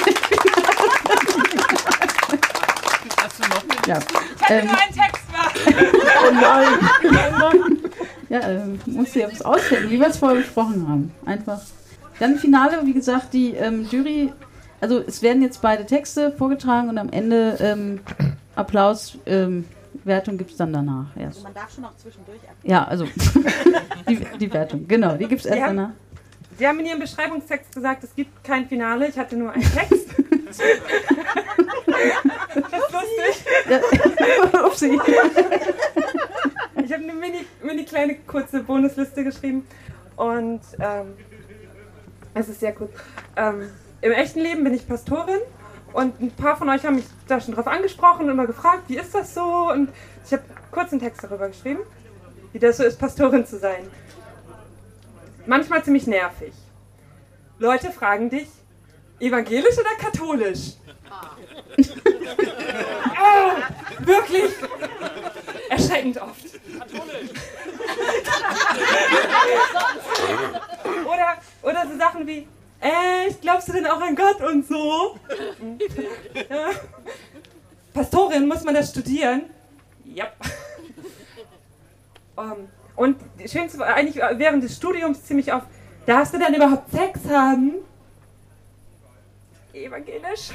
Hast du noch eine? ja. Ich hätte nur einen Text machen. Oh nein! Ja, musst du ja was ausdenken, wie wir es vorher besprochen haben. Einfach. Dann Finale, wie gesagt, die Jury, also es werden jetzt beide Texte vorgetragen und am Ende Applaus, Wertung gibt es dann danach erst. Also man darf schon noch zwischendurch abgeben. Ja, also die Wertung, genau, die gibt es erst danach. Sie haben in Ihrem Beschreibungstext gesagt, es gibt kein Finale, ich hatte nur einen Text. Das ist lustig. Ja. Upsi. Ich habe eine mini kleine kurze Bonusliste geschrieben und es ist sehr gut. Im echten Leben bin ich Pastorin und ein paar von euch haben mich da schon drauf angesprochen und immer gefragt, wie ist das so? Und ich habe kurz einen Text darüber geschrieben, wie das so ist, Pastorin zu sein. Manchmal ziemlich nervig. Leute fragen dich, evangelisch oder katholisch? Oh, wirklich erschreckend oft. Oder so Sachen wie, echt, glaubst du denn auch an Gott und so? Ja. Pastorin, muss man das studieren? Ja. Und das Schönste war eigentlich während des Studiums ziemlich oft, darfst du denn überhaupt Sex haben? Evangelisch?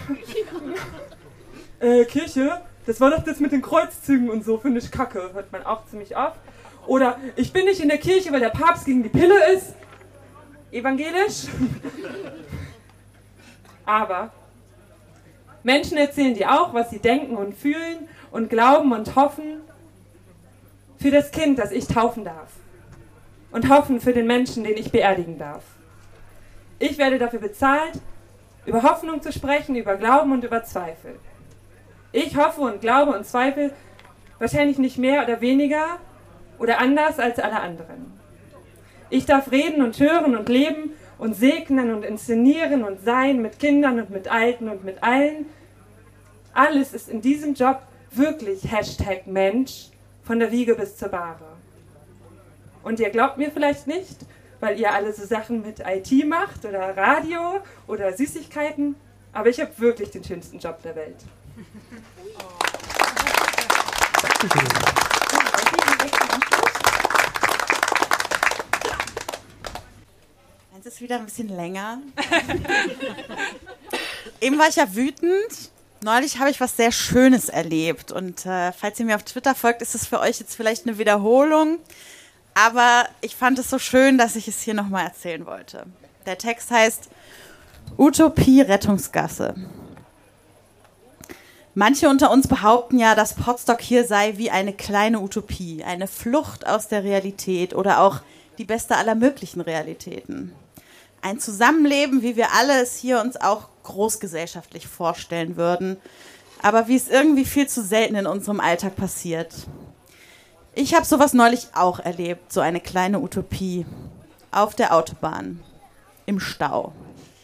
Kirche? Das war doch das mit den Kreuzzügen und so, finde ich kacke, hört man auch ziemlich oft. Oder, ich bin nicht in der Kirche, weil der Papst gegen die Pille ist. evangelisch. Aber Menschen erzählen dir auch, was sie denken und fühlen und glauben und hoffen für das Kind, das ich taufen darf. Und hoffen für den Menschen, den ich beerdigen darf. Ich werde dafür bezahlt, über Hoffnung zu sprechen, über Glauben und über Zweifel. Ich hoffe und glaube und zweifle wahrscheinlich nicht mehr oder weniger oder anders als alle anderen. Ich darf reden und hören und leben und segnen und inszenieren und sein mit Kindern und mit Alten und mit allen. Alles ist in diesem Job wirklich #Mensch von der Wiege bis zur Bahre. Und ihr glaubt mir vielleicht nicht, weil ihr alle so Sachen mit IT macht oder Radio oder Süßigkeiten, aber ich habe wirklich den schönsten Job der Welt. Eins ist wieder ein bisschen länger. Eben war ich ja wütend. Neulich habe ich was sehr Schönes erlebt. Und falls ihr mir auf Twitter folgt, ist es für euch jetzt vielleicht eine Wiederholung. Aber ich fand es so schön, dass ich es hier nochmal erzählen wollte. Der Text heißt Utopie Rettungsgasse. Manche unter uns behaupten ja, dass Potsdok hier sei wie eine kleine Utopie, eine Flucht aus der Realität oder auch die beste aller möglichen Realitäten. Ein Zusammenleben, wie wir alle es hier uns auch großgesellschaftlich vorstellen würden, aber wie es irgendwie viel zu selten in unserem Alltag passiert. Ich habe sowas neulich auch erlebt, so eine kleine Utopie. Auf der Autobahn. Im Stau.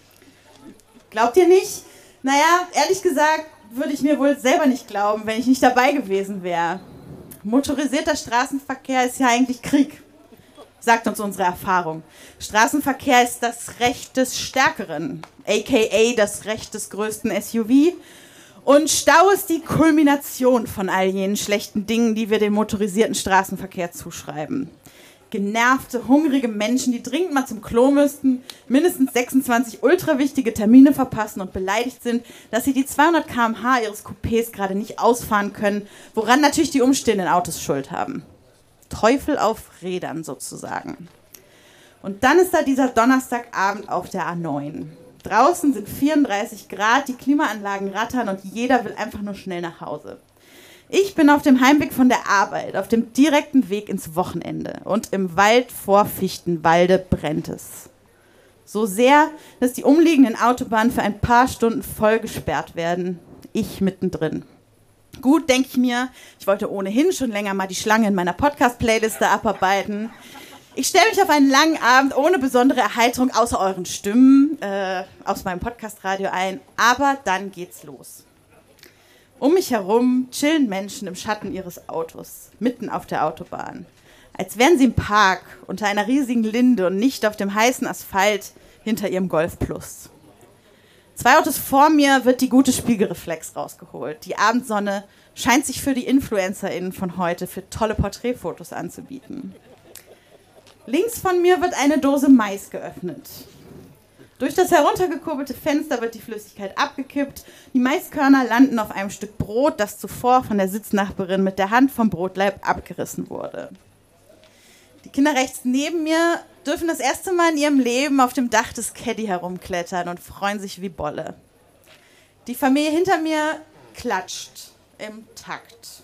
Glaubt ihr nicht? Naja, ehrlich gesagt, würde ich mir wohl selber nicht glauben, wenn ich nicht dabei gewesen wäre. Motorisierter Straßenverkehr ist ja eigentlich Krieg, sagt uns unsere Erfahrung. Straßenverkehr ist das Recht des Stärkeren, aka das Recht des größten SUV. Und Stau ist die Kulmination von all jenen schlechten Dingen, die wir dem motorisierten Straßenverkehr zuschreiben. Genervte, hungrige Menschen, die dringend mal zum Klo müssten, mindestens 26 ultrawichtige Termine verpassen und beleidigt sind, dass sie die 200 km/h ihres Coupés gerade nicht ausfahren können, woran natürlich die umstehenden Autos Schuld haben. Teufel auf Rädern sozusagen. Und dann ist da dieser Donnerstagabend auf der A9. Draußen sind 34 Grad, die Klimaanlagen rattern und jeder will einfach nur schnell nach Hause. Ich bin auf dem Heimweg von der Arbeit, auf dem direkten Weg ins Wochenende. Und im Wald vor Fichtenwalde brennt es. So sehr, dass die umliegenden Autobahnen für ein paar Stunden voll gesperrt werden. Ich mittendrin. Gut, denke ich mir, ich wollte ohnehin schon länger mal die Schlange in meiner Podcast-Playliste abarbeiten. Ich stelle mich auf einen langen Abend ohne besondere Erheiterung außer euren Stimmen aus meinem Podcast-Radio ein. Aber dann geht's los. Um mich herum chillen Menschen im Schatten ihres Autos, mitten auf der Autobahn. Als wären sie im Park, unter einer riesigen Linde und nicht auf dem heißen Asphalt hinter ihrem Golf Plus. 2 Autos vor mir wird die gute Spiegelreflex rausgeholt. Die Abendsonne scheint sich für die InfluencerInnen von heute für tolle Porträtfotos anzubieten. Links von mir wird eine Dose Mais geöffnet. Durch das heruntergekurbelte Fenster wird die Flüssigkeit abgekippt. Die Maiskörner landen auf einem Stück Brot, das zuvor von der Sitznachbarin mit der Hand vom Brotleib abgerissen wurde. Die Kinder rechts neben mir dürfen das erste Mal in ihrem Leben auf dem Dach des Caddy herumklettern und freuen sich wie Bolle. Die Familie hinter mir klatscht im Takt.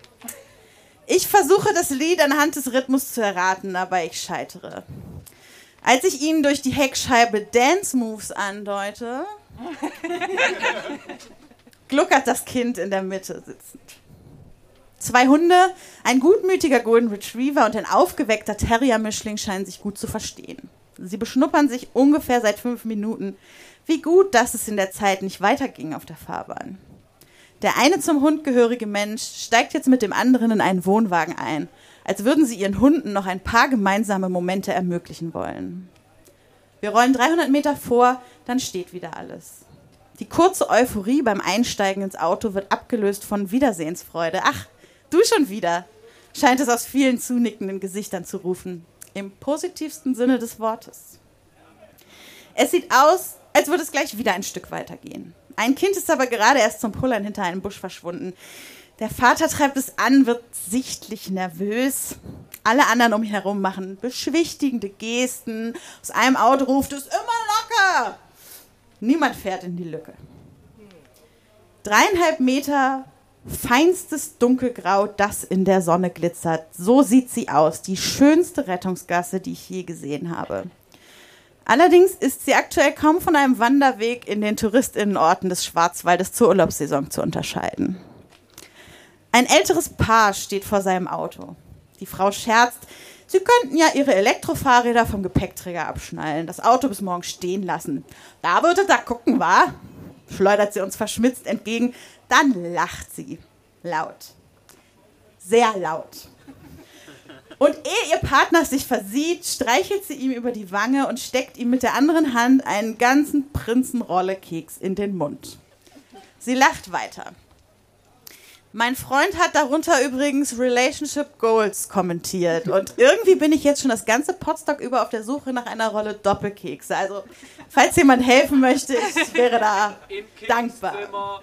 Ich versuche, das Lied anhand des Rhythmus zu erraten, aber ich scheitere. Als ich ihnen durch die Heckscheibe Dance Moves andeute, gluckert das Kind in der Mitte sitzend. 2 Hunde, ein gutmütiger Golden Retriever und ein aufgeweckter Terrier-Mischling scheinen sich gut zu verstehen. Sie beschnuppern sich ungefähr seit 5 Minuten. Wie gut, dass es in der Zeit nicht weiterging auf der Fahrbahn. Der eine zum Hund gehörige Mensch steigt jetzt mit dem anderen in einen Wohnwagen ein, als würden sie ihren Hunden noch ein paar gemeinsame Momente ermöglichen wollen. Wir rollen 300 Meter vor, dann steht wieder alles. Die kurze Euphorie beim Einsteigen ins Auto wird abgelöst von Wiedersehensfreude. Ach, du schon wieder, scheint es aus vielen zunickenden Gesichtern zu rufen. Im positivsten Sinne des Wortes. Es sieht aus, als würde es gleich wieder ein Stück weitergehen. Ein Kind ist aber gerade erst zum Pullern hinter einem Busch verschwunden. Der Vater treibt es an, wird sichtlich nervös. Alle anderen um ihn herum machen beschwichtigende Gesten. Aus einem Auto ruft es, immer locker. Niemand fährt in die Lücke. 3,5 Meter feinstes Dunkelgrau, das in der Sonne glitzert. So sieht sie aus, die schönste Rettungsgasse, die ich je gesehen habe. Allerdings ist sie aktuell kaum von einem Wanderweg in den TouristInnenorten des Schwarzwaldes zur Urlaubssaison zu unterscheiden. Ein älteres Paar steht vor seinem Auto. Die Frau scherzt, sie könnten ja ihre Elektrofahrräder vom Gepäckträger abschnallen, das Auto bis morgen stehen lassen. Da würde da gucken, wa? Schleudert sie uns verschmitzt entgegen, dann lacht sie. Laut. Sehr laut. Und ehe ihr Partner sich versieht, streichelt sie ihm über die Wange und steckt ihm mit der anderen Hand einen ganzen Prinzenrolle-Keks in den Mund. Sie lacht weiter. Mein Freund hat darunter übrigens Relationship Goals kommentiert. Und irgendwie bin ich jetzt schon das ganze Potsdok über auf der Suche nach einer Rolle Doppelkekse. Also, falls jemand helfen möchte, ich wäre da dankbar.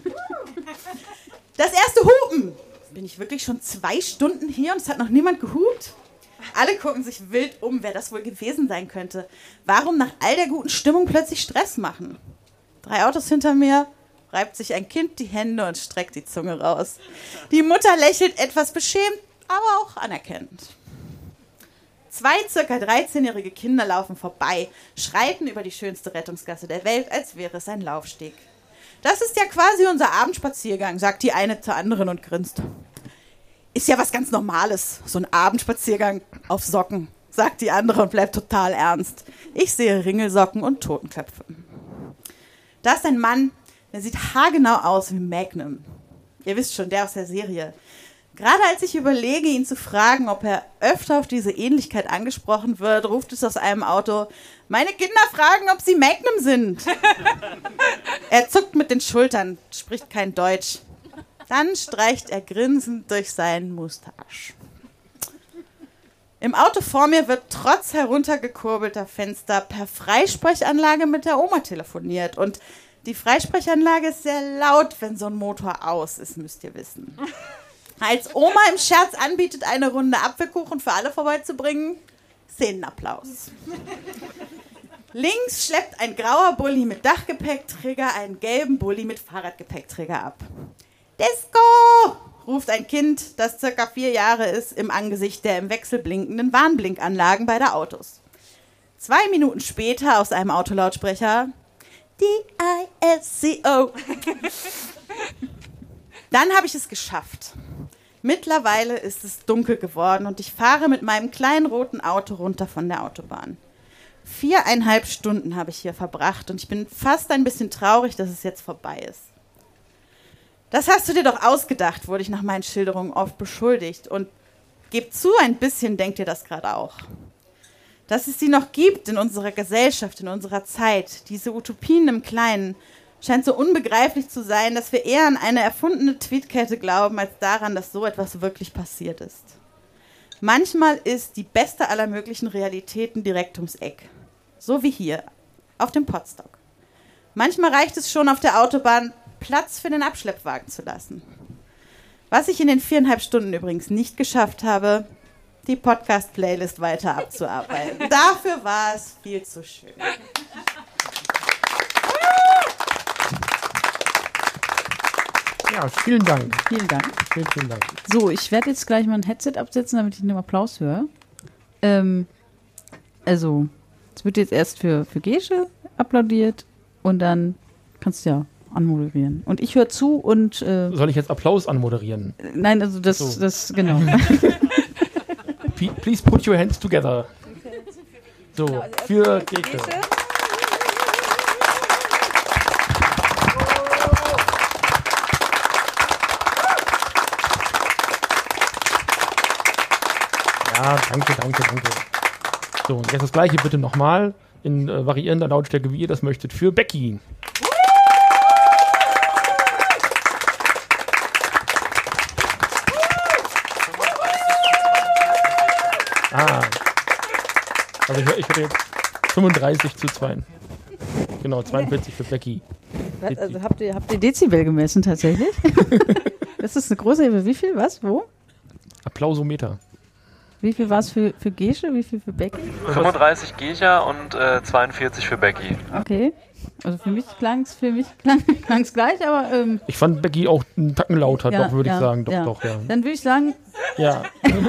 Das erste Hupen. Bin ich wirklich schon 2 Stunden hier und es hat noch niemand gehupt? Alle gucken sich wild um, wer das wohl gewesen sein könnte. Warum nach all der guten Stimmung plötzlich Stress machen? 3 Autos hinter mir, reibt sich ein Kind die Hände und streckt die Zunge raus. Die Mutter lächelt etwas beschämt, aber auch anerkennend. 2 circa 13-jährige Kinder laufen vorbei, schreiten über die schönste Rettungsgasse der Welt, als wäre es ein Laufsteg. Das ist ja quasi unser Abendspaziergang, sagt die eine zur anderen und grinst. Ist ja was ganz Normales, so ein Abendspaziergang auf Socken, sagt die andere und bleibt total ernst. Ich sehe Ringelsocken und Totenköpfe. Da ist ein Mann, der sieht haargenau aus wie Magnum. Ihr wisst schon, der aus der Serie. Gerade als ich überlege, ihn zu fragen, ob er öfter auf diese Ähnlichkeit angesprochen wird, ruft es aus einem Auto, meine Kinder fragen, ob sie Magnum sind. Er zuckt mit den Schultern, spricht kein Deutsch. Dann streicht er grinsend durch seinen Mustache. Im Auto vor mir wird trotz heruntergekurbelter Fenster per Freisprechanlage mit der Oma telefoniert. Und die Freisprechanlage ist sehr laut, wenn so ein Motor aus ist, müsst ihr wissen. Als Oma im Scherz anbietet, eine Runde Apfelkuchen für alle vorbeizubringen, Szenenapplaus. Links schleppt ein grauer Bulli mit Dachgepäckträger einen gelben Bulli mit Fahrradgepäckträger ab. Disco! Ruft ein Kind, das ca. 4 Jahre ist, im Angesicht der im Wechsel blinkenden Warnblinkanlagen beider Autos. 2 Minuten später aus einem Autolautsprecher D-I-S-C-O. Dann habe ich es geschafft. Mittlerweile ist es dunkel geworden und ich fahre mit meinem kleinen roten Auto runter von der Autobahn. 4,5 Stunden habe ich hier verbracht und ich bin fast ein bisschen traurig, dass es jetzt vorbei ist. Das hast du dir doch ausgedacht, wurde ich nach meinen Schilderungen oft beschuldigt. Und gebt zu, ein bisschen denkt ihr das gerade auch. Dass es sie noch gibt in unserer Gesellschaft, in unserer Zeit, diese Utopien im Kleinen, scheint so unbegreiflich zu sein, dass wir eher an eine erfundene Tweetkette glauben, als daran, dass so etwas wirklich passiert ist. Manchmal ist die beste aller möglichen Realitäten direkt ums Eck. So wie hier, auf dem Potsdok. Manchmal reicht es schon, auf der Autobahn Platz für den Abschleppwagen zu lassen. Was ich in den 4,5 Stunden übrigens nicht geschafft habe, die Podcast-Playlist weiter abzuarbeiten. Dafür war es viel zu schön. Ja, vielen Dank. Vielen Dank. Vielen Dank. So, ich werde jetzt gleich mal ein Headset absetzen, damit ich den Applaus höre. Also, es wird jetzt erst für Gesche applaudiert und dann kannst du ja anmoderieren. Und ich höre zu und... Soll ich jetzt Applaus anmoderieren? Nein, also das genau. Please put your hands together. So, für Gesche. Ja, danke. So, und jetzt das gleiche bitte nochmal in variierender Lautstärke, wie ihr das möchtet, für Becky. Also ich hätte jetzt 35:2. Genau, 42 für Becky. Was, also habt ihr Dezibel gemessen tatsächlich? Das ist eine große, wie viel, was, wo? Applausometer. Wie viel war es für Gesche, wie viel für Becky? 35 Gesche und 42 für Becky. Okay. Also für mich klang es gleich, aber... ich fand Becky auch einen Tacken lauter, ja, doch, würde ich sagen. Ja. Doch, ja. Dann würde ich sagen... Ja.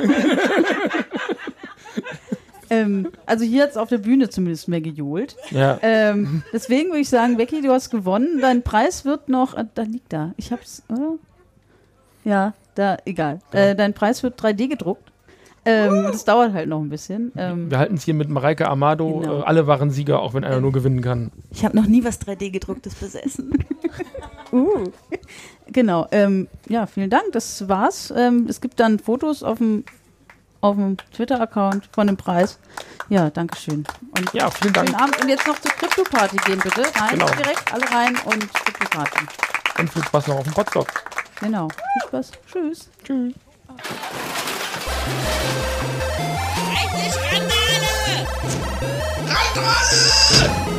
Also hier hat es auf der Bühne zumindest mehr gejohlt. Ja. Deswegen würde ich sagen, Becky, du hast gewonnen. Dein Preis wird noch... da liegt da. Ich hab's... oder? Ja, da, egal. Ja. Dein Preis wird 3D gedruckt. Das dauert halt noch ein bisschen. Wir halten es hier mit Mareike Amado. Genau. Alle waren Sieger, auch wenn einer nur gewinnen kann. Ich habe noch nie was 3D-gedrucktes besessen. Genau. Ja, vielen Dank. Das war's. Es gibt dann Fotos auf dem Twitter-Account von dem Preis. Ja, danke schön. Und ja, vielen Dank. Schönen Abend. Und jetzt noch zur Krypto-Party gehen, bitte. Rein, genau. Direkt alle rein und Krypto-Party. Und viel Spaß noch auf dem Podstock. Genau. Viel Spaß. Tschüss. Tschüss. Rechte Skandale! Randale!